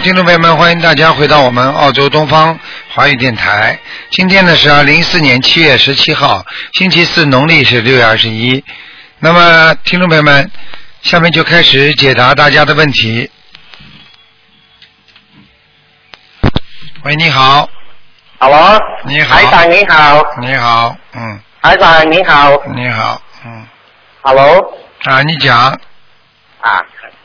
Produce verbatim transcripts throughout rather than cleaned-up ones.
听众朋友们，欢迎大家回到我们澳洲东方华语电台。今天呢是二零一四年七月十七号，星期四，农历是六月二十一。那么，听众朋友们，下面就开始解答大家的问题。喂，你好。 Hello。 你好。 台长你好。 你好，嗯。 台长你好。 你好，嗯。 Hello。 啊，你讲。 啊。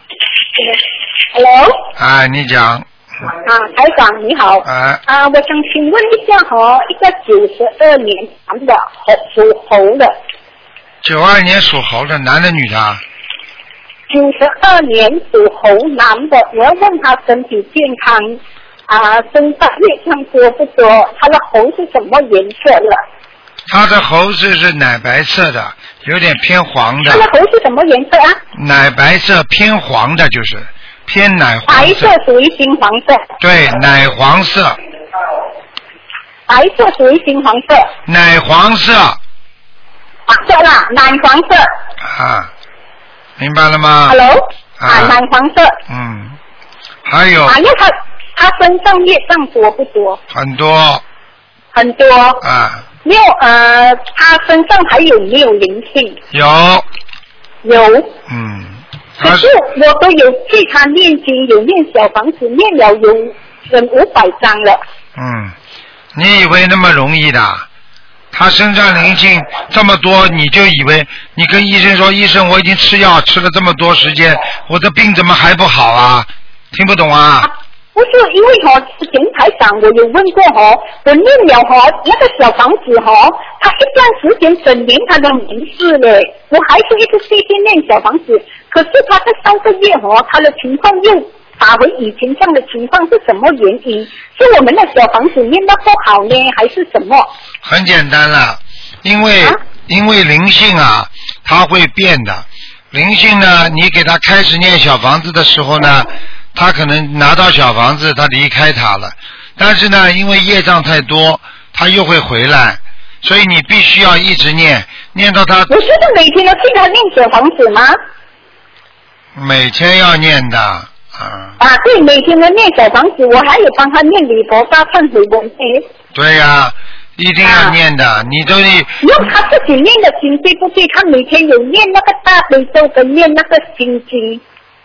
Hello。 啊，你讲。 啊，台长你好。 啊。 啊，我想请问一下哈，一个九十二年男的猴属猴的。 九二年属猴的，男的女的？ 九十二年属猴男的，我要问他身体健康啊，身上业障多不多？他的猴是什么颜色的？ 他的猴子是奶白色的，有点偏黄的。 他的猴是什么颜色啊？ 奶白色偏黄的，就是偏奶黄色。 白色属于金黄色。 对，奶黄色。 白色属于金黄色。 奶黄色。 啊，对了，奶黄色。 啊，明白了吗 ？Hello。 啊， 啊奶黄色。 嗯，还有。 啊，那他他身上业障多不多？ 很多。 很多。 啊。 没有呃，他身上还有没有灵性？ 有。 有。 嗯。 可是我都有替他念经，有念小房子，念了有整五百张了。 嗯，你以为那么容易的？他身上灵性这么多，你就以为你跟医生说，医生我已经吃药吃了这么多时间，我的病怎么还不好啊？听不懂啊？ 啊不是，因为哈、哦，之前台长我有问过哈、哦，我念了哈、哦、那个小房子哈、哦，他一段时间整年他都没事嘞，我还是一直继续念小房子，可是他在上个月哈、哦，他的情况又打回以前这样的情况，是什么原因？是我们的小房子念得不好呢，还是什么？ 很简单了，因为、啊、因为灵性啊，它会变的。灵性呢，你给他开始念小房子的时候呢，他可能拿到小房子，他离开他了。但是呢，因为业障太多，他又会回来，所以你必须要一直念，念到他。 我是不是每天都替他念小房子吗？ 每天要念的。啊, 啊，对，每天都念小房子，我还有帮他念礼佛大忏悔文诶。 对呀、啊，一定要念的，啊、你都得。 用他自己念的经对不对？他每天有念那个大悲咒跟念那个心经。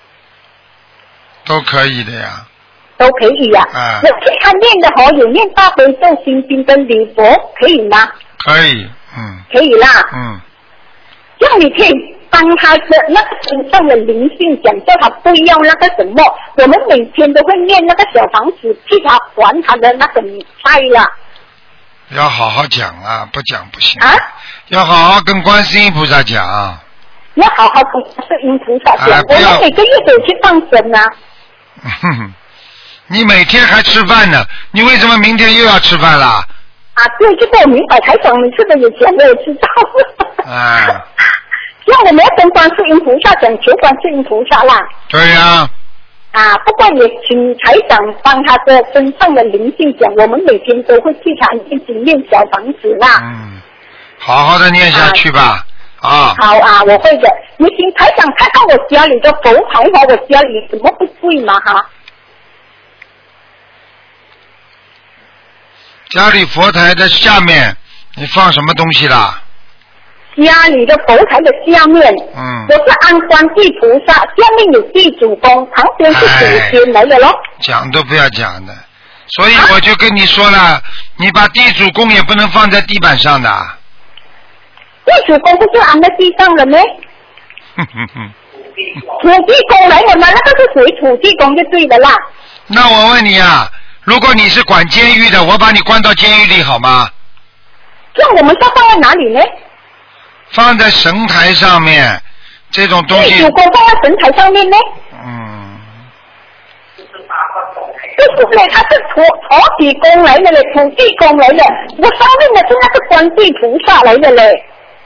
都可以的呀。 都可以呀、啊。 啊。 我替他念的哦，有念大悲咒、心经跟礼佛，可以吗？ 可以，嗯。 可以啦。 嗯。 这样你可以帮他的那个身上的灵性讲，叫他不要那个什么，我们每天都会念那个小房子，替他还他的那个债啦。 要好好讲啊，不讲不行。 啊？ 要好好跟观世音菩萨讲。 要好好跟观世音菩萨讲， 啊、 我们每个月都去放生啊。 哼哼，你每天还吃饭呢，你为什么明天又要吃饭啦？ 啊，对，这个我明白，台长每次都有讲，我也知道。 啊。 这样我们要跟观世音菩萨讲，求观世音菩萨啦。 对呀、啊。 啊，不过也请台长帮他的身上的灵性讲，我们每天都会替他一直念小房子啦。 嗯，好好的念下去吧。啊。啊好啊，我会的。你请台长看看我家里的佛台和我家里怎么不对嘛哈？ 家里佛台的下面，你放什么东西啦？ 家里的佛台的下面， 嗯， 我是安观地菩萨，下面有地主公，旁边是祖先来的咯。 讲都不要讲的，所以我就跟你说了，啊、你把地主公也不能放在地板上的。 地主公不是安在地上了咩？ 哼哼哼。 土地公来的嘛，那个是属于土地公就对的啦。 那我问你啊，如果你是管监狱的，我把你关到监狱里好吗？ 这我们要放在哪里呢？ 放在神台上面，这种东西。 地主公放在神台上面呢？ 嗯。 对不对？他是土土地公来的嘞，土地公来的，我上面的是那个观地菩萨来的嘞。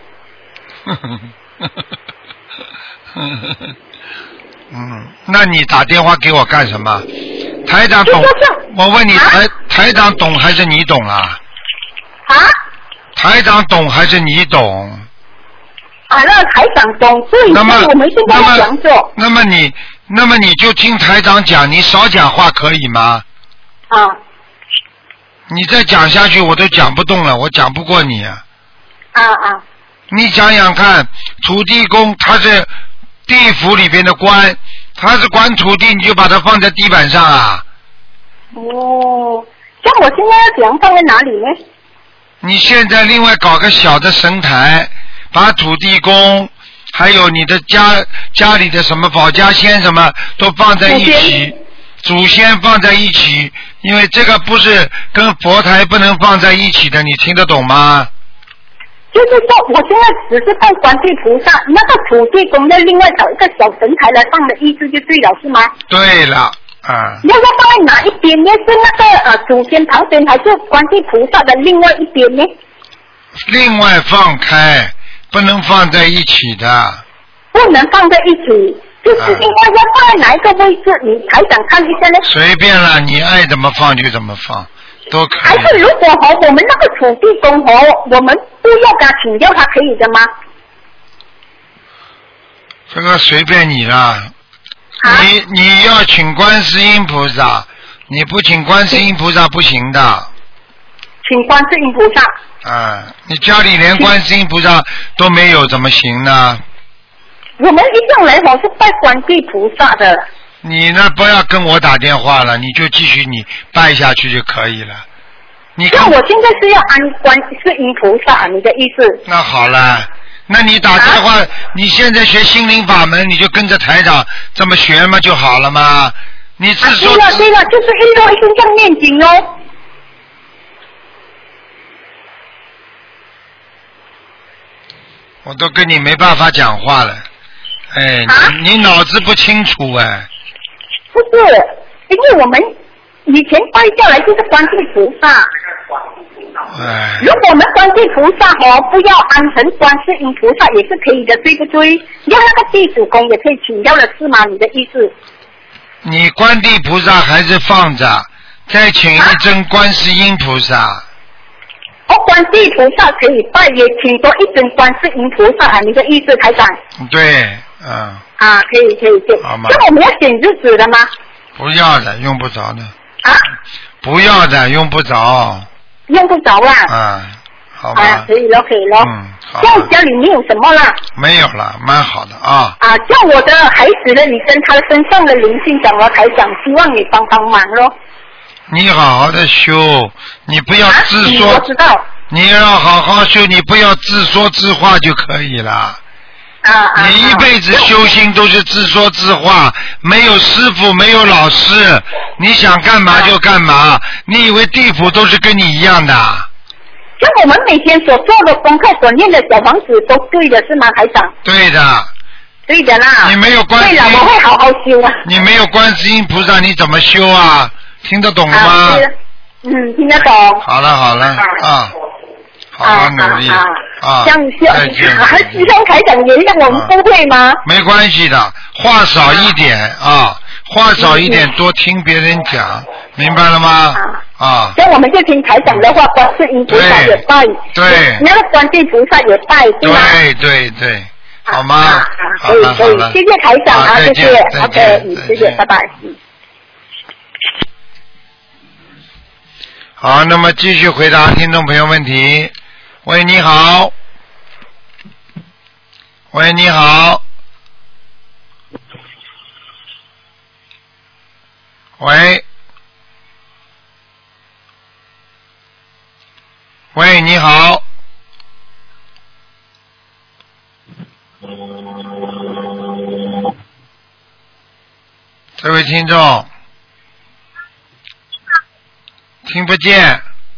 嗯，那你打电话给我干什么？台长懂？我问你，台、啊、台长懂还是你懂啊？ 啊？ 台长懂还是你懂？ 啊，那台长懂，所以我们现在要讲做。 那么你那么你就听台长讲，你少讲话可以吗？ 啊。 你再讲下去，我都讲不动了，我讲不过你啊。 啊啊。 你想想看，土地公他是地府里边的官，他是管土地，你就把它放在地板上啊。 哦，像我现在要怎样放在哪里呢？ 你现在另外搞个小的神台，把土地公还有你的家家里的什么保家仙什么都放在一起，祖先放在一起，因为这个不是跟佛台不能放在一起的，你听得懂吗？ 就是说，我现在只是放观世菩萨，那个土地公要另外找一个小神台来放的意思就对了，是吗？ 对了，啊。 要要放在哪一边呢？是那个呃祖先旁边，还是观世菩萨的另外一边呢？ 另外放开，不能放在一起的。 不能放在一起，就是应该要放在哪一个位置？你还想看一下呢？ 随便了，你爱怎么放就怎么放，都可以。 还是如果和我们那个土地公和我们不要给他请掉，他可以的吗？ 这个随便你了。啊、你你要请观世音菩萨，你不请观世音菩萨不行的。 请观世音菩萨。 啊，你家里连观世音菩萨都没有，怎么行呢？ 我们一向来我是拜观世菩萨的。 你呢？不要跟我打电话了，你就继续你拜下去就可以了。你那我现在是要安观世音菩萨，你的意思？ 那好了，那你打电话，啊、你现在学心灵法门，你就跟着台长这么学嘛就好了嘛。你自说自、 啊、对了对了，就是一路一路这样念经哦。 我都跟你没办法讲话了，哎， 啊、 你你脑子不清楚哎。 不是，因为我们以前拜下来就是观世菩萨。 哎。 如果我们观世菩萨哦，不要安成观世音菩萨也是可以的，对不对？要那个地主公也可以请掉的是吗？你的意思？ 你观地菩萨还是放着，再请一尊观世音菩萨。啊哦，观世菩萨可以拜，也请多一尊观世音菩萨啊！你的意思，台长？ 对，嗯。 啊，可以可以可以。 好吗？ 那我们要选日子的吗？ 不要的，用不着的。 啊？ 不要的，用不着。 用不着啊？ 啊，好吧。 啊，可以了，可以了。 嗯，好。 这样家里没有什么啦？ 没有了，蛮好的啊。 啊，叫我的孩子的，你跟他身上的灵性讲了，台长，希望你帮帮忙咯。 你好好的修，你不要自说。 啊、我知道。 你要好好修，你不要自说自话就可以了。 啊啊！ 你一辈子修心都是自说自话，没有师傅，没有老师，你想干嘛就干嘛。啊、你以为地府都是跟你一样的？ 像我们每天所做的功课、所念的小房子都对的是吗，台长？ 对的。 对的啦。 你没有观世音。 对了，我会好好修啊。 你没有观世音菩萨，你怎么修啊？听得懂了吗？ 啊、嗯，听得懂。 好了好了啊，好好努力啊！ 啊这样再见。 还希望台长原谅我们不会吗？ 没关系的，话少一点啊，话少一点，多听别人讲，明白了吗？啊。 像我们就听台长的话，观世音菩萨也拜， 对， 那个观世菩萨也拜，对吗？ 对对对，好吗？ 啊，可以可以，谢谢台长啊，谢谢 ，OK， 嗯，谢谢，拜拜。 好，那么继续回答听众朋友问题。喂，你好。喂，你好。喂。喂，你好。这位听众。听不见，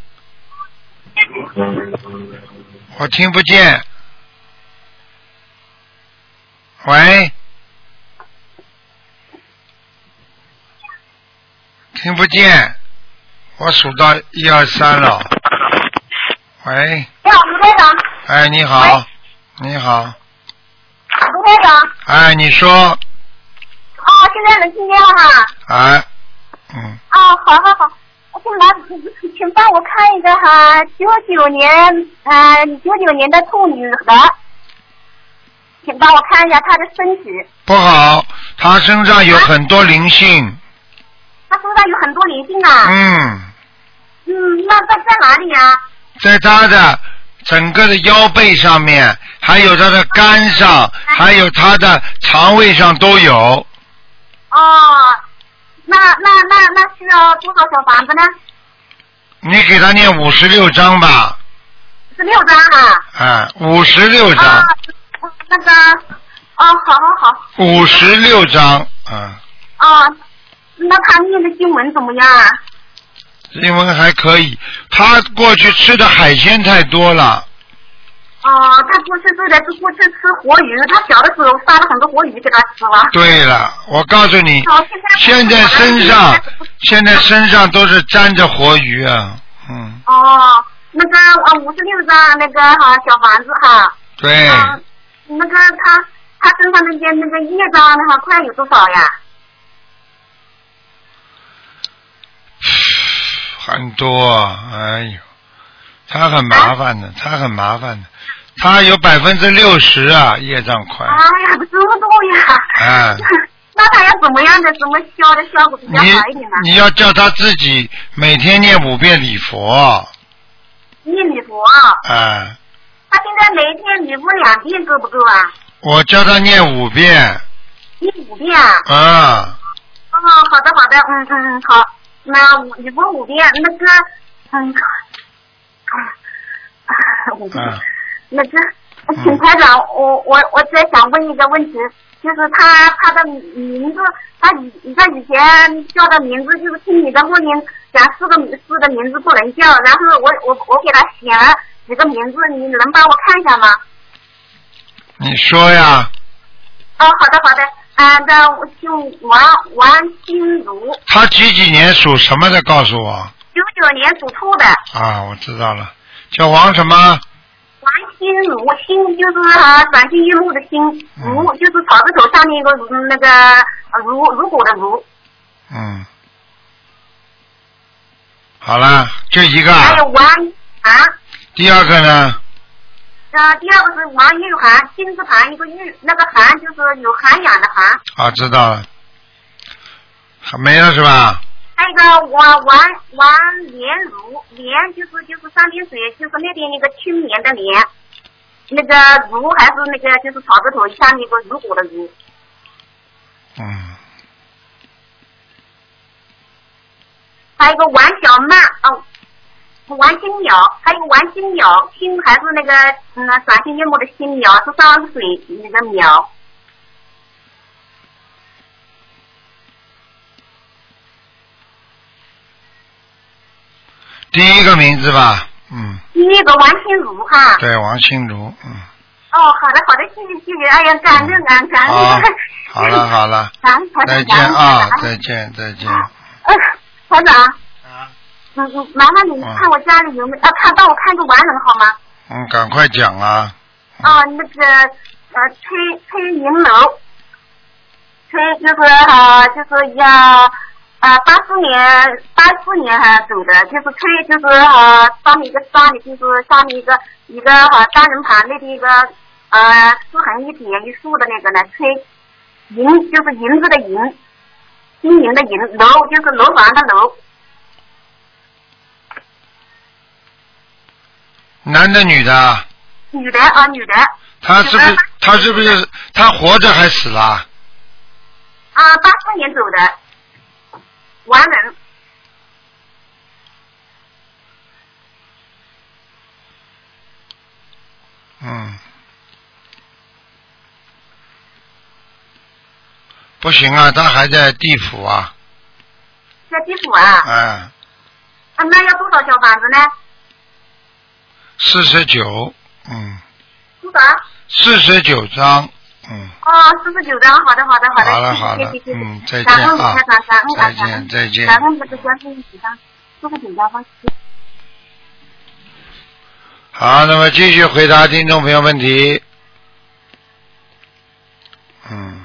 我听不见。喂，听不见，我数到一二三了。喂。 你好，卢台长。 哎，你好，你好。 卢台长。 哎，你说。 啊，现在能听见了哈。 哎，嗯。 啊，好好好。请把，请帮我看一个哈，九九年，呃，九九年的兔女的， 请帮我看一下他的身体。 不好，他身上有很多灵性。 他身上有很多灵性啊。 嗯。 嗯，那在在哪里呀？ 在他的整个的腰背上面，还有他的肝上，还有他的肠胃上都有。 哦，那那那那需要多少小房子呢？ 你给他念五十六章吧。 十六张哈。 啊，五十六章。 啊，那个，哦，好好好。 五十六章，嗯。 哦，那他念的经文怎么样啊？ 经文还可以，他过去吃的海鲜太多了。 哦，他过去是在过去吃活鱼，他小的时候杀了很多活鱼给他吃了。 对了，我告诉你， 哦、 现在身上现在身上都是沾着活鱼啊，嗯。 哦，那个呃五十六张那个哈小房子哈。 对。 嗯，那个他他身上那些那个业障的话，快有多少呀？ 很多，哎呦，他很麻烦的，他很麻烦的，他有百分之六十啊，业障快。 哎呀，这么多呀！ 哎。 那他要怎么样的，怎么消的效果比较好一点呢？ 你你要叫他自己每天念五遍礼佛。 念礼佛。 哎。 他现在每天礼佛两遍够不够啊？ 我叫他念五遍。 念五遍啊？ 啊。 哦，好的好的，嗯嗯好。那礼佛五遍，那个，嗯，啊，五遍，那个，请台长，我我我再想问一个问题，就是他他的名字，他以他以前叫的名字，就是听你的录音讲四个四个名字不能叫，然后我我我给他写了几个名字，你能帮我看一下吗？ 你说呀。 哦，好的好的。啊，那我姓王，王心如。 他几几年属什么的？告诉我。 九九年属兔的。 啊，我知道了，叫王什么？ 王心如，心就是啊，转心一路的心，如、嗯、就是草字头上面一个那个如如果的如。 嗯。好了，就一个。 还有王啊。 第二个呢？ 呃，第二个是王玉涵，金字旁一个玉，那个涵就是有涵养的涵。 啊，知道了，还没了是吧？ 还有一个王王王莲如，莲就是就是三点水，就是那边那个青莲的莲，那个如还是那个就是草字头下面一个如果的如。 嗯。 还有一个王小曼哦。王新鸟，还有王新鸟，新还是那个嗯赏心悦目的新鸟，是三水那个鸟。 第一个名字吧，嗯。 第一个王心如哈。 对，王心如，嗯。 哦，好的好的，谢谢谢谢，哎呀，感恩感恩感恩。 好了好了。 感恩再见啊，再见再见。 呃，台长。嗯嗯，麻烦你看我家里有没有？啊，看帮我看个完人好吗？ 嗯，赶快讲啊。 啊，那个呃，崔崔银楼，崔就是啊，就是要啊八四年八四年还走的，就是崔就是啊上面一个上面就是下面一个一个啊单人旁那的一个呃四横一撇一竖的那个呢，崔银就是银子的银，金银的银，楼就是楼房的楼。 男的女的？ 女的啊，女的。 他是不是？他是不是？他活着还死了？ 啊，八四年走的，完人。 嗯。不行啊，他还在地府啊。 在地府啊？ 嗯。 啊，那要多少小房子呢？ 四十九，嗯。 多少？ 四十九张，嗯。 哦，四十九张，好的，好的，好的。 好了，好了，嗯，再见啊，再见，再见。 咱们这个关心几张，四十九张方式。 好，那么继续回答听众朋友问题。嗯。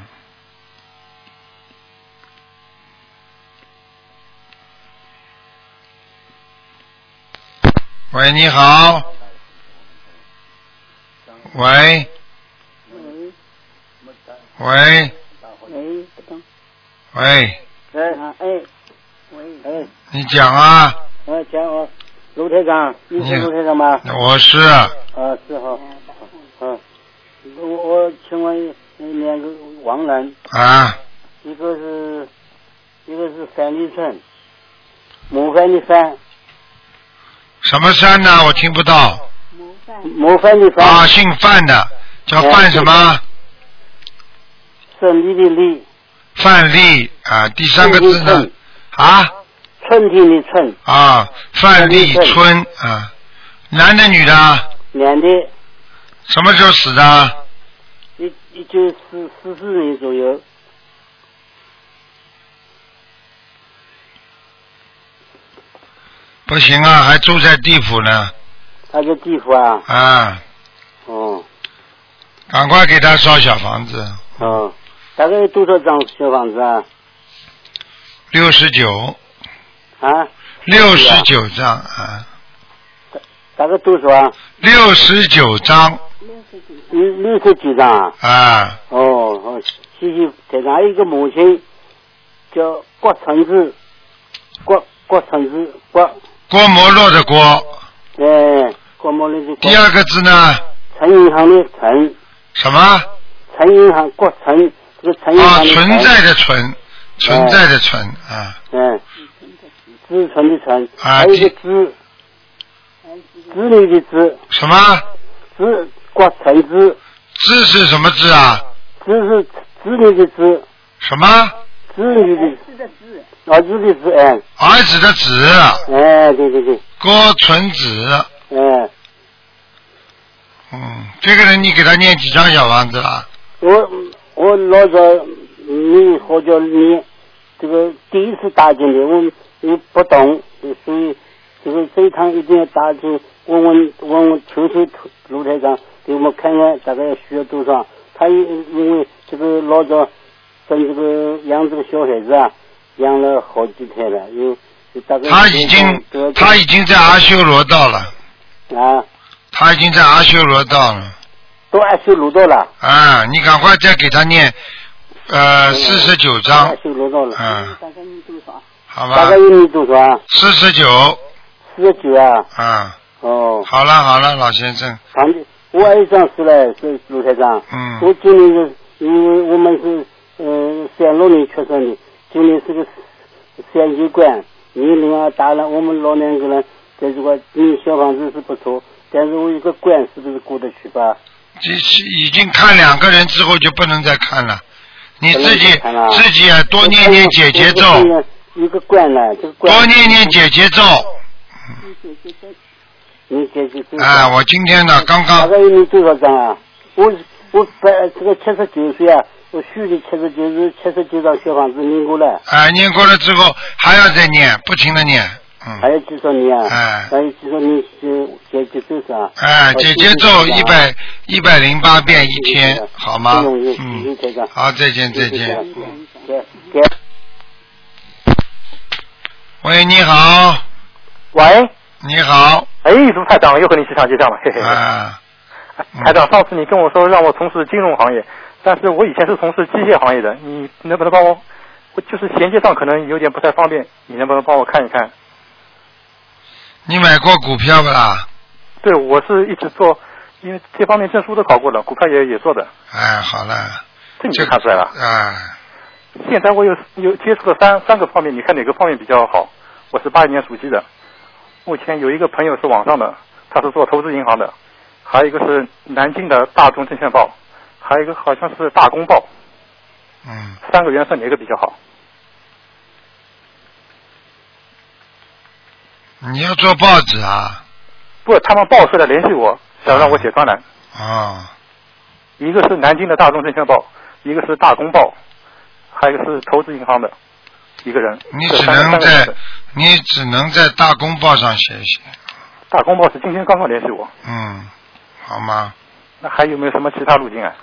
喂，你好。喂。 喂。 喂，不懂。 喂。 哎啊哎，喂哎。 你讲啊。 我讲我，卢台长，你是卢台长吗？ 我是。 啊，是哈。啊，我我请问两个亡人。 啊。 一个是，一个是范立春，模范的范。 什么山呢？我听不到。 模范。模范的范。 啊，姓范的，叫范什么？ 胜利的利。 范立啊，第三个字呢？啊？ 春天的春。 啊，范立春啊，男的女的？ 男的。 什么时候死的？ 一一九四四四年左右。 不行啊，还住在地府呢。 他在地府啊。 啊。 哦。 赶快给他烧小房子。 哦。大概有多少张小房子啊？ 六十九。 啊？ 六十九张啊。 大大概多少啊？ 六十九张。 六六十九张啊。 啊。 哦哦，谢谢台长。还有一个母亲叫郭承志，郭郭承志郭。 郭摩洛的郭。 哎，郭摩洛的郭。 第二个字呢？ 陈银行的陈。 什么？ 陈银行郭陈。这个陈银行的存在的存，存在的存啊。 嗯，知存的存， 啊， 还有一个知，知女的知。 什么？ 知郭陈知。 知是什么字啊？ 知是子女的知。 什么？ 子女的。儿子的子。儿子的子，哎。 儿子的子。 哎，对对对。 郭存子。 哎。 嗯，这个人你给他念几张小房子了？ 我。我老早你或者你这个第一次打进的，我我不懂，所以这个这一趟一定要打进，问问问问求求卢台长给我们看看大概需要多少。他因为这个老早跟这个养这个小孩子啊，养了好几胎了，有大概。 他已经他已经在阿修罗道了。 啊。 他已经在阿修罗道了。 都阿修罗道了啊！你赶快再给他念，呃，四十九章。 阿修罗道了。 嗯。 大概念多少？ 好吧。 大概念多少啊？ 四十九。 四十九啊。 啊。 哦。 好了好了，老先生。 堂弟，我还有一张事嘞，是卢台长。 嗯。 我今年是，因为我们是呃三六年出生的，今年是个三级官，年龄啊大了，我们老两个人在这个念小房子是不错，但是我一个官是不是过得去吧？ 已已经看两个人之后就不能再看了，你自己自己啊多念念解结咒， 一个观了，这个观多念念解结咒。 你解结咒。 啊，我今天呢刚刚。 大概有你多少张啊？我我百这个七十九岁啊，我续的七十九是七十九张小房子念过了。 啊，念过了之后还要再念，不停的念。嗯， 还有几少年啊？ 哎， 还有几少年是解结咒是啊？ 哎，解结咒一百一百零八遍一天，好吗？嗯，好，再见再见。喂，你好。 喂。 你好。 哎，卢台长又和你气场接上了，嘿嘿。 啊。 台长，上次你跟我说让我从事金融行业，但是我以前是从事机械行业的，你能不能帮我？我就是衔接上可能有点不太方便，你能不能帮我看一看？ 你买过股票不啦？ 对，我是一直做，因为这方面证书都考过了，股票也也做的。 哎，好了。 这你就看出来了。 哎。 现在我有有接触了三三个方面，你看哪个方面比较好？我是八一年属鸡的，目前有一个朋友是网上的，他是做投资银行的，还有一个是南京的大众证券报，还有一个好像是大公报。 嗯。 三个元素哪个比较好？ 你要做报纸啊？ 不，他们报社来联系我，想让我写专栏。 啊。 一个是南京的大众证券报，一个是大公报，还有一个是投资银行的一个人。 你只能在你只能在大公报上写一写。 大公报是今天刚刚联系我。 嗯，好吗？ 那还有没有什么其他路径啊？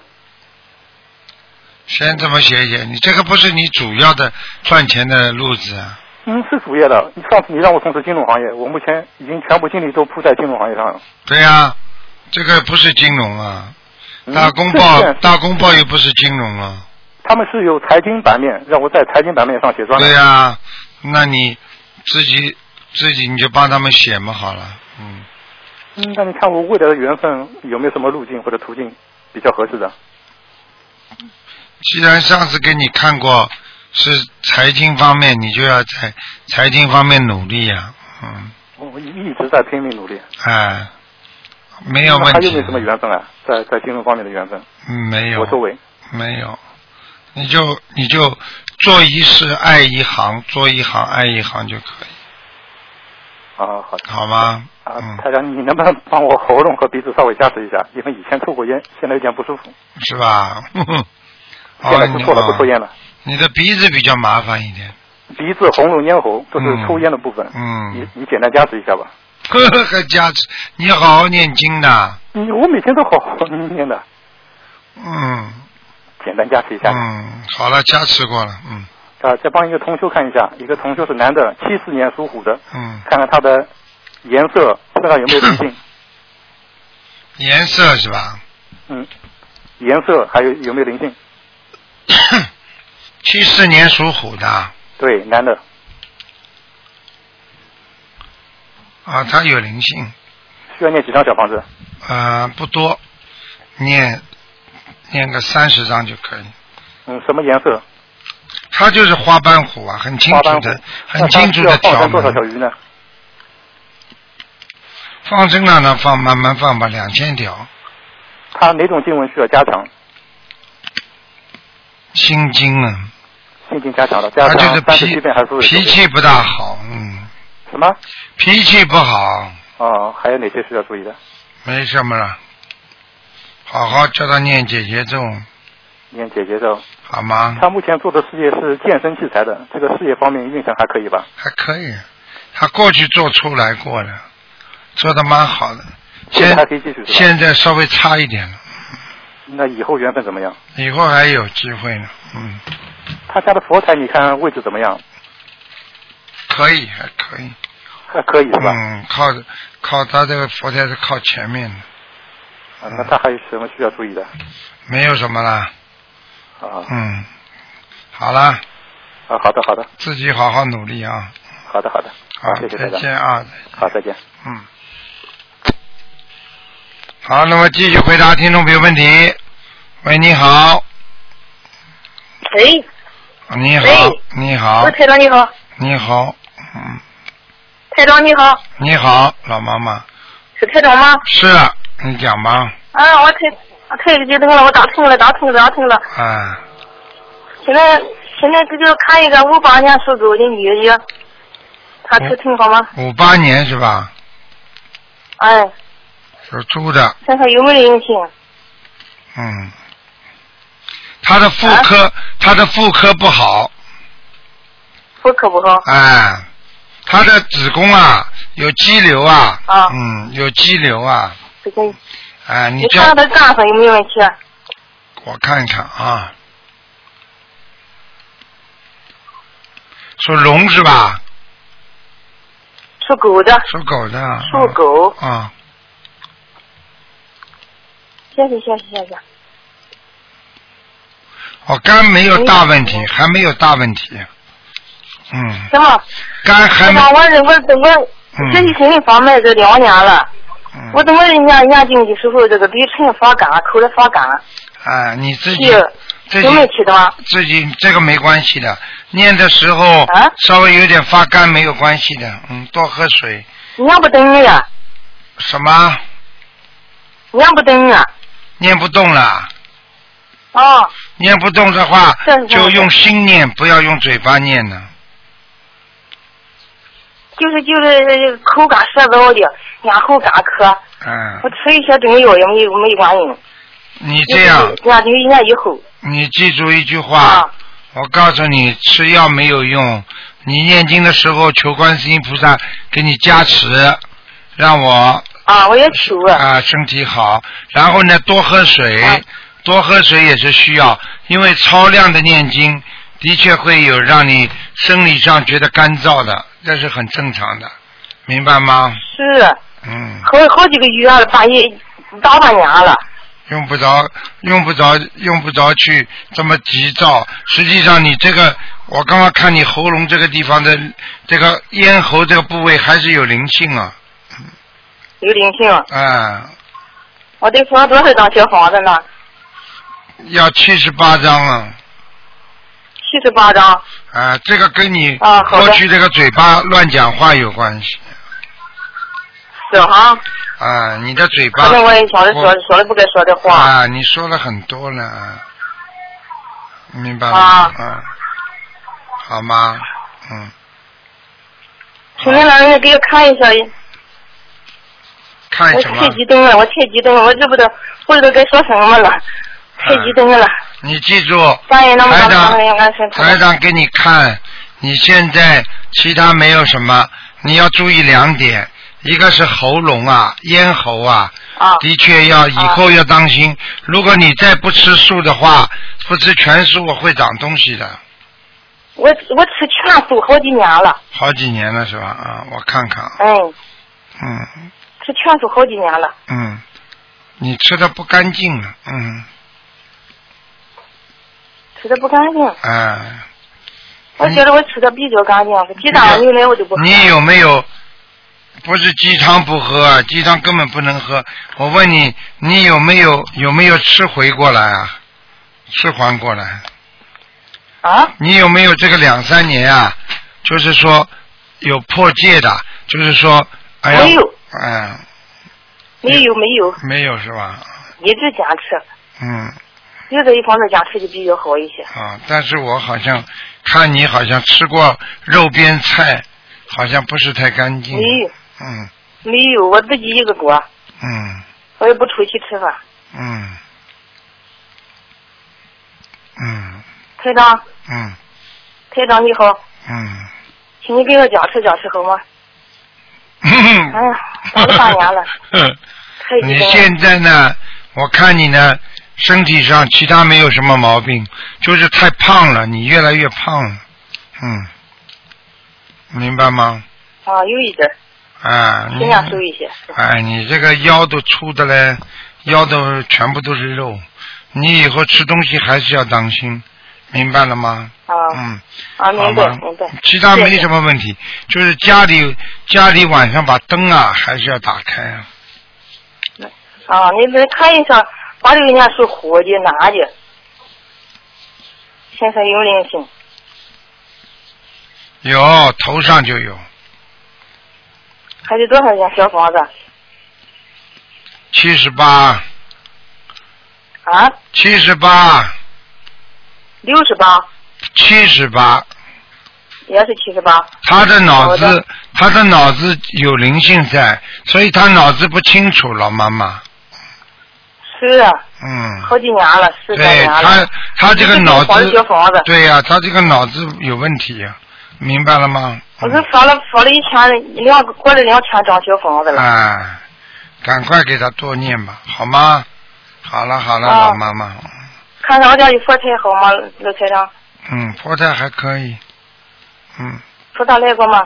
先这么写一写，你这个不是你主要的赚钱的路子啊。 嗯，是主业的。上次你让我从事金融行业，我目前已经全部精力都扑在金融行业上了。 对呀、啊，这个不是金融啊，大公报、嗯、大公报又不是金融啊。 他们是有财经版面，让我在财经版面上写专栏。 对呀、啊，那你自己自己你就帮他们写嘛好了，嗯。 嗯，那你看我未来的缘分有没有什么路径或者途径比较合适的？ 既然上次给你看过是财经方面，你就要在财经方面努力呀、啊，嗯。 我一直在拼命努力。 哎，没有问题。 还有没有什么缘分啊？在在金融方面的缘分？ 嗯，没有。 我周围没有，你就你就做一事爱一行，做一行爱一行就可以。 啊，好的。 好吗？ 啊，台长，你能不能帮我喉咙和鼻子稍微加持一下？因为以前抽过烟，现在有点不舒服。 是吧？ 现在不错了，不抽烟了。 你的鼻子比较麻烦一点。 鼻子、喉咙、咽喉都是抽烟的部分。 嗯。 你你简单加持一下吧。 呵呵呵，加持，你好好念经的。 嗯，我每天都好好念的。 嗯。 简单加持一下。 嗯，好了，加持过了，嗯。 啊，再帮一个同修看一下，一个同修是男的，七四年属虎的。 嗯。 看看他的颜色，身上有没有灵性？ 颜色是吧？ 嗯，颜色还有有没有灵性？ 七四年属虎的。 对，男的。 啊，他有灵性。 需要念几张小房子？ 呃，不多，念念个三十张就可以。 嗯，什么颜色？ 他就是花斑虎啊，很清楚的，很清楚的条码。多少条鱼呢？ 放生了呢，放慢慢放吧，两千条。 他哪种经文需要加强？ 心经啊。 心经加强了，加强三十七遍还是脾气不大好，嗯。 什么？ 脾气不好。 哦，还有哪些需要注意的？ 没什么了，好好叫他念解结咒。 念解结咒。 好吗？ 他目前做的事业是健身器材的，这个事业方面运程还可以吧？ 还可以，他过去做出来过的，做的蛮好的。现在还可以继续是吧？ 现在稍微差一点了。 那以后缘分怎么样？ 以后还有机会呢，嗯。 他家的佛台你看位置怎么样？ 可以，还可以。 还可以是吧？ 嗯，靠靠他这个佛台是靠前面的。 啊，那他还有什么需要注意的？ 没有什么啦。 啊。 嗯，好了。 啊，好的好的。 自己好好努力啊。 好的好的。 好， 谢谢再见啊。 好，再见。 嗯。好，那么继续回答听众朋友问题。喂，你好。 喂。 你好。你好。 喂，台长你好。 你好，嗯。 台长你好。 你好，老妈妈。 是台长吗？ 是，你讲吧。 啊，我太我太激动了，我打通了，打通了，打通了。 啊。 现在现在这就看一个五八年属狗的女的，她吃挺好吗？ 五八年是吧？ 哎。 属猪的。 看看有没有灵性。 嗯。她的妇科，她、啊、的妇科不好。 妇科不好。 哎，她的子宫啊有肌瘤啊。 啊。 嗯，有肌瘤啊。 这个。 哎，你你看她的肝上有没有问题？ 我看一看啊。属龙是吧？ 属狗的。 属狗的。 属狗。 啊。 谢谢谢谢谢谢。 哦，肝没有大问题，还没有大问题。嗯。 什么？ 肝还没。 我我我我学习心理方面这两年了。嗯。我怎么人家念经的时候，这个嘴唇发干，口里发干。 啊，你自己。 有没有气的吗？ 自己这个没关系的，念的时候、啊、稍微有点发干没有关系的，嗯，多喝水。 念不动呀？ 什么？ 念不动啊？ 念不动了。 哦。 念不动的话，就用心念，不要用嘴巴念呢。 就是就是口干舌燥的，咽喉干咳。 嗯。 我吃一些中药也没有没管用。 你这样。 念经一年以后。 你记住一句话， 啊、 我告诉你，吃药没有用。你念经的时候，求观世音菩萨给你加持，让我啊，我也求啊，身体好。然后呢，多喝水，啊、多喝水也是需要，因为超量的念经的确会有让你生理上觉得干燥的，这是很正常的，明白吗？ 是。 嗯。 好好几个月了，半夜大半年了。 用不着，用不着，用不着去这么急躁。实际上，你这个，我刚刚看你喉咙这个地方的这个咽喉这个部位还是有灵性啊。 有灵性。 啊。 我得说多少张小房子呢？ 要七十八张啊。 七十八张。 啊，这个跟你啊过去这个嘴巴乱讲话有关系。 是哈。 啊，你的嘴巴。 可能我也想着说说了不该说的话。 啊，你说了很多了，啊，明白吗？ 啊。 嗯。好吗？嗯。 请您老人家给我看一下。 看什么？ 我太激动了，我太激动了，我这不知道不知道该说什么了，太激动了。 你记住， 台长， 台长给你看，你现在其他没有什么，你要注意两点，一个是喉咙啊、咽喉啊， 啊的确要以后要当心。啊、如果你再不吃素的话，不吃全素会长东西的。 我我吃全素好几年了。 好几年了是吧？啊，我看看。 嗯。 嗯。 吃全素好几年了。 嗯，你吃的不干净了，嗯。 吃的不干净。 哎。 我觉得我吃的比较干净，鸡汤牛奶我就不喝。 你有没有？不是鸡汤不喝，鸡汤根本不能喝。我问你，你有没有有没有吃回过来啊？吃还过来。 啊？ 你有没有这个两三年啊？就是说有破戒的，就是说，哎呀。 没有。 嗯。 没有没有。 没有是吧？ 一直坚持。 嗯。 有这一方面坚持就比较好一些。 啊，但是我好像看你好像吃过肉边菜，好像不是太干净。 没有。 嗯。 没有，我自己一个锅。 嗯。 我也不出去吃饭。 嗯。嗯。 台长。 嗯。 台长你好。 嗯。 请你给我加持加持好吗？哎呀，等了半年了。 你现在呢？我看你呢，身体上其他没有什么毛病，就是太胖了，你越来越胖了。嗯。明白吗？ 啊，有一点。 啊。 尽量瘦一些。 哎，你这个腰都粗的嘞，腰都全部都是肉，你以后吃东西还是要当心，明白了吗？ 啊。 嗯。 啊，明白明白。 其他没什么问题，就是家里家里晚上把灯啊还是要打开啊。 啊，你再看一下八六年属虎的男的，现在有灵性。 有，头上就有。 还得多少间小房子？ 七十八。 啊？ 七十八。 六十八。 七十八。 也是七十八。 他的脑子，他的脑子有灵性在，所以他脑子不清楚，老妈妈。 是啊。 嗯。 好几年了，十多年了。 对他，他这个脑子。 小房子。 对呀、啊，他这个脑子有问题呀、啊，明白了吗？ 我是发了发了一千两个过了两千张小房子了。 啊，赶快给他多念吧，好吗？好了好了， 啊、 老妈妈。 看看我家有佛台好吗，刘台长？ 嗯，佛台还可以。嗯。 菩萨来过吗？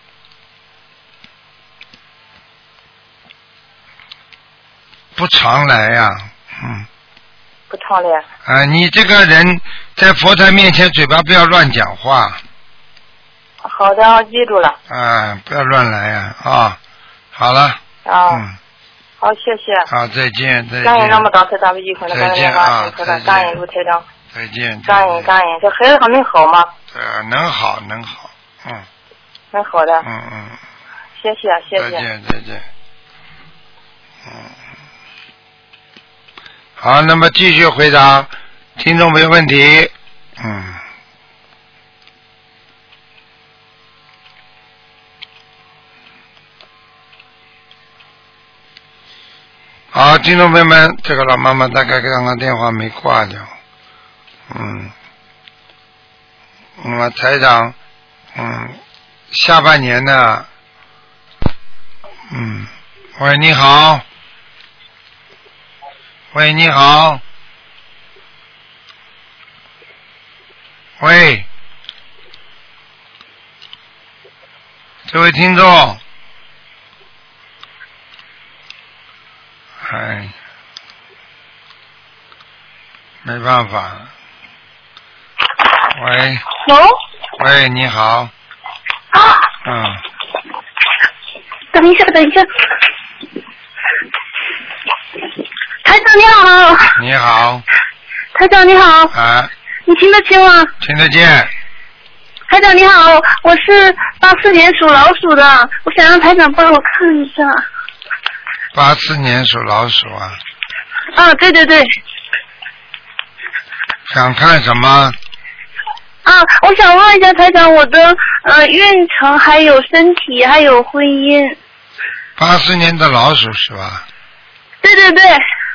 不常来呀、啊，嗯。 不常来。 啊，你这个人在佛台面前嘴巴不要乱讲话。 好的，我记住了。 啊，不要乱来呀！啊，好了。 啊。 嗯。 好，谢谢。 好，再见，再见。 感恩那么大慈大悲救苦的感恩啊， 感恩卢台长。 再见。 感恩感恩，这孩子还能好吗？ 呃，能好能好，嗯。 能好的。 嗯嗯。 谢谢谢谢。 再见再见。嗯。好，那么继续回答听众没问题。嗯。好，听众朋友们，这个老妈妈大概刚刚电话没挂掉，嗯，那么台长，嗯，下半年呢，嗯，喂，你好，喂，你好，喂，这位听众。哎， 没办法。喂。 喂。 喂，你好。 啊。 嗯。 等一下，等一下。台长你好。 你好。 台长你好。 啊。 你听得清吗？ 听得见。 台长你好，我是八四年属老鼠的，我想让台长帮我看一下。 八四年属老鼠啊。 啊，对对对。 想看什么？ 啊，我想问一下台长，我的呃运程还有身体还有婚姻。 八四年的老鼠是吧？ 对对对。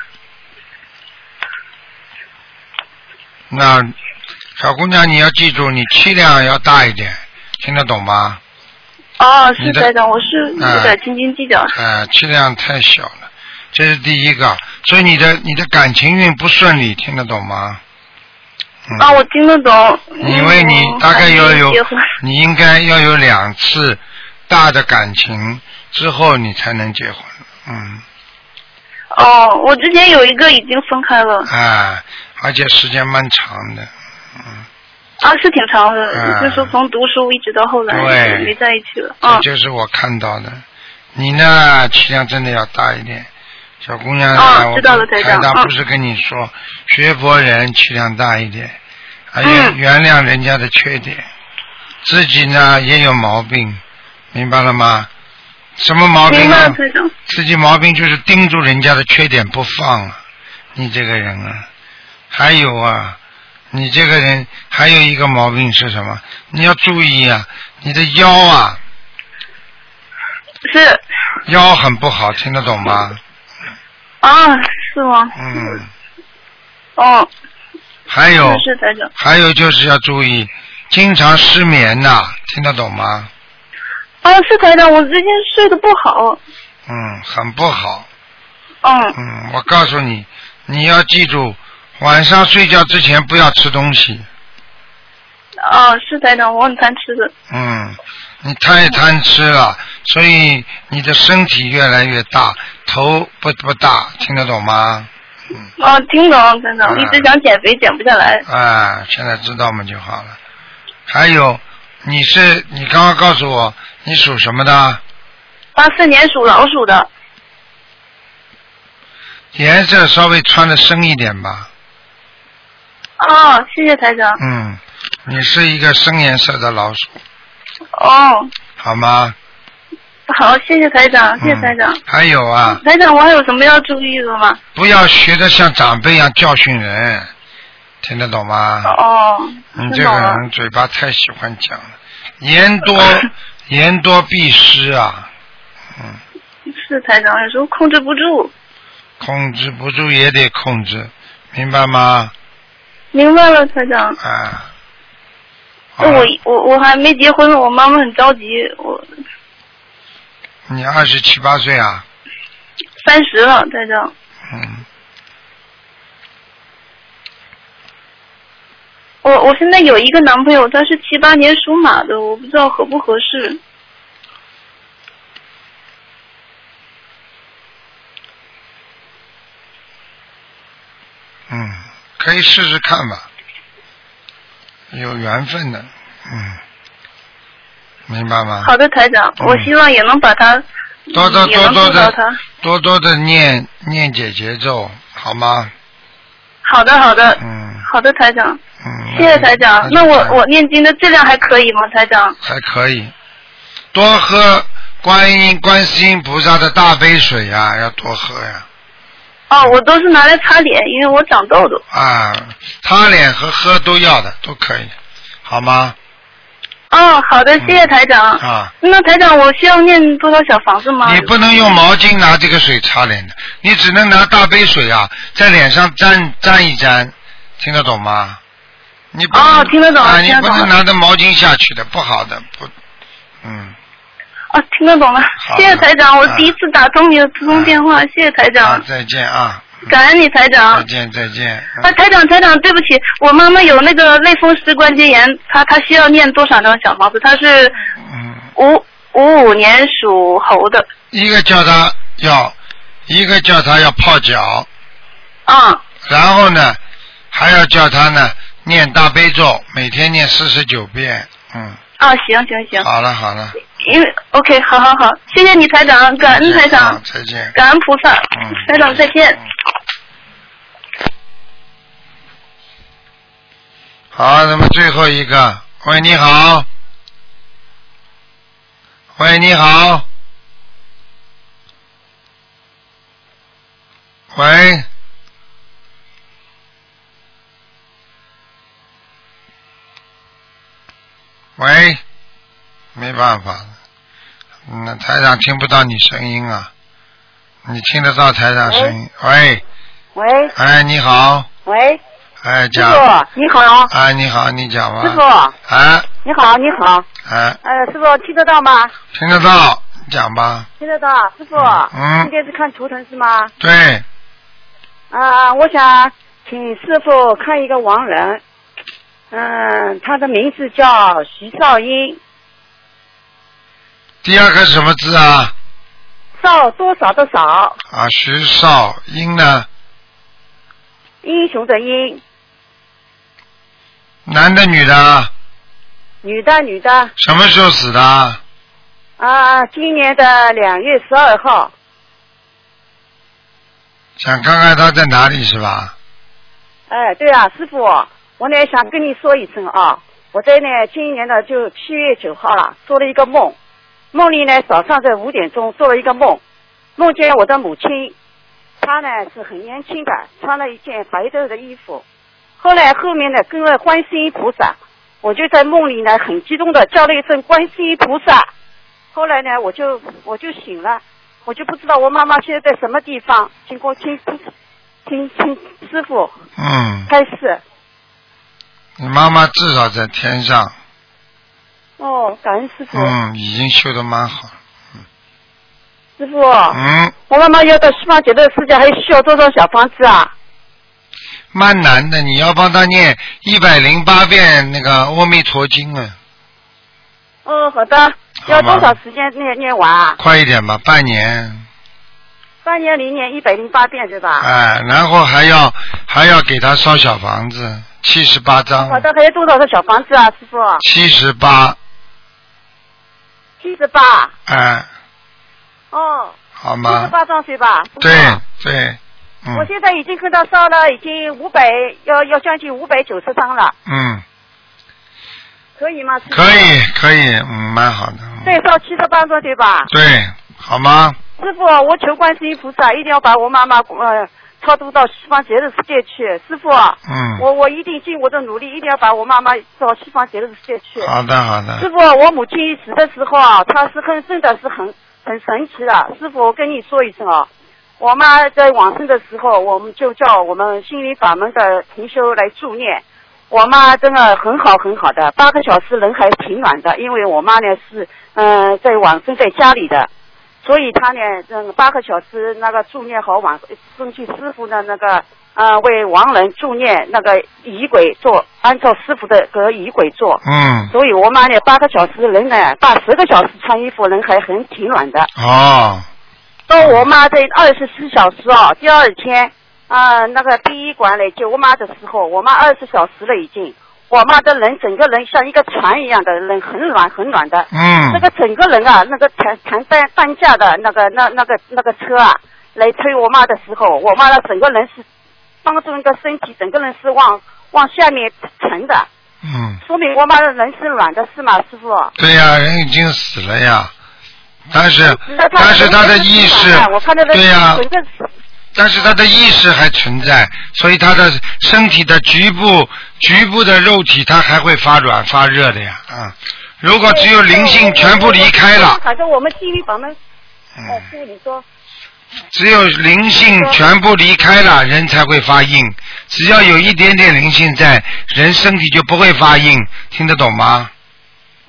那小姑娘，你要记住，你气量要大一点，听得懂吗？ 哦，是台长，我是有点斤斤计较。 哎、呃，气量太小了，这是第一个，所以你的你的感情运不顺利，听得懂吗？嗯、 啊，我听得懂。 因为你大概要有，你应该要有两次大的感情之后，你才能结婚。嗯。 哦，我之前有一个已经分开了。 啊，而且时间蛮长的，嗯。 啊，是挺长的，啊、就是说从读书一直到后来对没在一起了。 这就是我看到的。你呢，气量真的要大一点，小姑娘啊，知道了，台长。 台长不是跟你说，嗯、学佛人气量大一点，而且原谅人家的缺点，嗯、自己呢也有毛病，明白了吗？什么毛病呢？自己毛病就是盯住人家的缺点不放啊！你这个人啊，还有啊，你这个人还有一个毛病是什么？你要注意啊，你的腰啊， 是腰很不好，听得懂吗？ 啊，是吗？ 嗯。 哦。 还有是台长。 还有就是要注意，经常失眠呐、啊，听得懂吗？ 啊，是台长，我最近睡得不好。 嗯，很不好。 嗯。 嗯，我告诉你，你要记住，晚上睡觉之前不要吃东西。 啊，是台长，我很贪吃的。 嗯，你太贪吃了，所以你的身体越来越大，头不不大，听得懂吗？ 嗯。啊，听懂，台长，一直想减肥，减不下来。 啊，现在知道嘛就好了。还有，你是你刚刚告诉我。你属什么的？ 八四年属老鼠的。 颜色稍微穿的深一点吧。 哦，谢谢台长。 嗯，你是一个深颜色的老鼠。 哦。 好吗？ 好，谢谢台长，谢谢台长。 嗯、还有啊。 台长，我还有什么要注意的吗？ 不要学得像长辈一样教训人，听得懂吗？ 哦。 你这个人嘴巴太喜欢讲了，言多。言多必失啊，嗯。 是台长，有时候控制不住。 控制不住也得控制，明白吗？ 明白了，台长。 啊。 我我我还没结婚，我妈妈很着急，我。 你二十七八岁啊？ 三十了，台长。 嗯。 我我现在有一个男朋友，他是七八年属马的，我不知道合不合适。 嗯，可以试试看吧，有缘分的，嗯，明白吗？ 好的，台长，嗯、我希望也能把他多多多多的多多的念念解结咒，好吗？ 好的，好的， 嗯， 好的，台长。 嗯， 谢谢台长。那, 那我我念经的质量还可以吗，台长？ 还可以，多喝观音观世音菩萨的大杯水呀、啊，要多喝呀。 哦，我都是拿来擦脸，因为我长痘痘。 啊，擦脸和喝都要的，都可以，好吗？ 哦，好的，谢谢台长。 嗯、啊。 那台长，我需要念多少小房子吗？ 你不能用毛巾拿这个水擦脸的，你只能拿大杯水啊，在脸上沾沾一沾，听得懂吗？你不哦，听得懂， 啊， 听得懂。 你不能拿着毛巾下去的，不好的，不，嗯。 哦，听得懂了，谢谢台长，我第一次打通你的普通电话， 啊、 谢谢台长。 啊、再见啊！ 感恩你，台长。 再见，再见。 啊，台长，台长，对不起，我妈妈有那个类风湿关节炎，她她需要念多少张小房子？她是五五五年属猴的。 一个叫她要，一个叫她要泡脚。 啊。 然后呢？ 还要叫他呢念大悲咒，每天念四十九遍。嗯。 啊，行行行。 好了好了。 因为 OK， 好好好，谢谢你台长，感恩台长， 再见， 感恩菩萨， 嗯， 台长再见。 好，那么最后一个，喂，你好，喂，你好，喂，喂，没办法，那台长听不到你声音啊，你听得到台长声音？喂， 喂， 哎，你好， 喂。 哎，讲。 师傅，你好。 哎，你好，你讲吧。 师傅。 哎。 你好，你好。 哎。 呃，师傅听得到吗？ 听得到，讲吧。 听得到，师傅。 嗯。 今天是看图腾是吗？ 对。 啊、呃，我想请师傅看一个亡人，嗯、呃，他的名字叫徐少英。 第二个什么字啊？ 少多少的少。 啊，徐少英呢？ 英雄的英。 男的女的？ 女的女的。 什么时候死的？ 啊，今年的两月十二号。 想看看他在哪里是吧？ 哎，对啊，师傅，我呢想跟你说一声啊，我在呢今年的就七月九号了，做了一个梦，梦里呢早上在五点钟做了一个梦，梦见我的母亲，她呢是很年轻的，穿了一件白色的衣服。后来后面呢跟了观世音菩萨，我就在梦里呢很激动的叫了一声观世音菩萨。后来呢我就我就醒了，我就不知道我妈妈现在在什么地方，经过听听听师傅嗯开示。 你妈妈至少在天上。 哦，感恩师傅。 嗯，已经修得蛮好。 师傅。 嗯。 我妈妈要到西方极乐世界还需要多少小房子啊？ 蛮难的，你要帮他念一百零八遍那个阿弥陀经啊。 哦，好的。要多少时间念念完啊？ 快一点吧，半年。 半年里念一百零八遍对吧？ 哎，然后还要还要给他烧小房子，七十八张。 好的，还有多少个小房子啊，师傅？ 七十八。 七十八。 哎。 哦。 好吗？ 七十八张对吧？ 对对。嗯、 我现在已经跟他烧了，已经五百，要要将近五百九十张了。 嗯。 可以吗？ 可以可以，嗯，蛮好的。 对，烧七十八张对吧？ 对，好吗？ 师傅，我求观世音菩萨一定要把我妈妈呃超度到西方极乐世界去。师傅， 嗯， 我我一定尽我的努力，一定要把我妈妈到西方极乐世界去。 好的好的。 师傅，我母亲死的时候啊，她是很真的是很很神奇的。师傅，我跟你说一声啊。我妈在往生的时候，我们就叫我们心灵法门的同修来助念。我妈真的很好很好的，八个小时人还挺暖的，因为我妈呢是嗯、呃、在往生在家里的，所以她呢嗯八个小时那个助念好往生去师傅的那个呃为亡人助念那个仪轨做，按照师傅的个仪轨做。 嗯。 所以我妈呢八个小时人呢八十个小时穿衣服人还很挺暖的。 哦。 到我妈在二十四小时啊，第二天啊、呃，那个殡仪馆来接我妈的时候，我妈二十小时了已经，我妈的人整个人像一个船一样的人，很暖很暖的。 嗯。 那个整个人啊，那个弹弹担担架的那个那那个那个车啊，来推我妈的时候，我妈的整个人是当中一个身体，整个人是往往下面沉的。 嗯。 说明我妈的人是软的，是吗，师傅？ 对呀、啊，人已经死了呀。但是，但是他的意识，对呀、啊，但是他的意识还存在，所以他的身体的局部局部的肉体，他还会发软发热的呀，啊！如果只有灵性全部离开了， 反正我们心里法门，嗯，师傅你说， 只有灵性全部离开了，人才会发硬。只要有一点点灵性在，人身体就不会发硬，听得懂吗？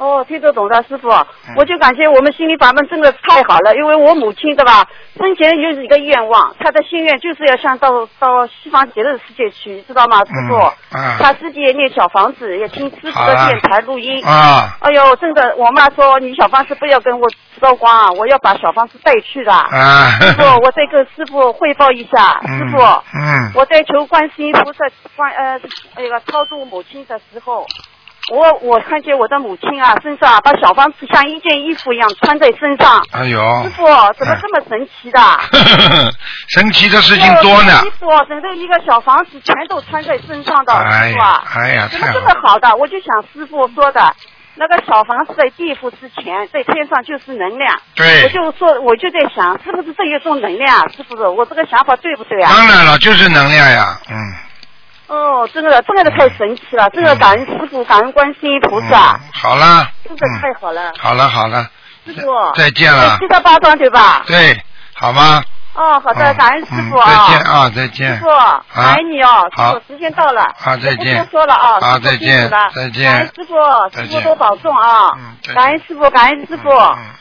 哦，听得懂的师傅，我就感觉我们心灵法门真的太好了，因为我母亲对吧，生前有一个愿望，她的心愿就是要想到到西方极乐世界去，知道吗，师傅？ 嗯啊、 她自己也念小房子，也听师傅的电台录音。 啊！ 哎呦，真的，我妈说你小房子不要跟我烧光啊，我要把小房子带去的。 啊！ 师傅，我再跟师傅汇报一下， 嗯、 师傅。 嗯。 我在求观世音菩萨观呃那个超度母亲的时候。我我看见我的母亲啊，身上把小房子像一件衣服一样穿在身上。 哎呦， 师傅怎么这么神奇的？ 神奇的事情多呢。 衣服整个一个小房子全都穿在身上的， 哎是吧？ 哎呀， 怎么这么好的？我就想师傅说的。那个小房子在地府之前，在天上就是能量。 对。 我就说，我就在想，是不是这一种能量？是不是？我这个想法对不对啊？ 当然了，就是能量呀，嗯。 哦，真的，真的太神奇了！真的感恩师傅，感恩观世音菩萨。 嗯、好了。 真的太好了。 嗯、好了好了。 师傅。 再见了。 七到八张对吧？ 对，好吗？ 哦，好的，感恩师傅啊、 嗯。再见啊，再见。 师傅，感恩你哦，师傅，时间到了。 好，再见。 不多说了啊。 好，再见。再见。 感恩师傅，师傅多保重啊！ 嗯， 感恩师傅，感恩师傅。 嗯嗯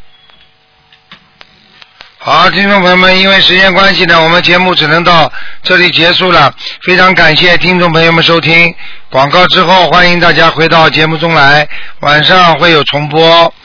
好，听众朋友们，因为时间关系呢，我们节目只能到这里结束了。非常感谢听众朋友们收听广告之后，欢迎大家回到节目中来，晚上会有重播。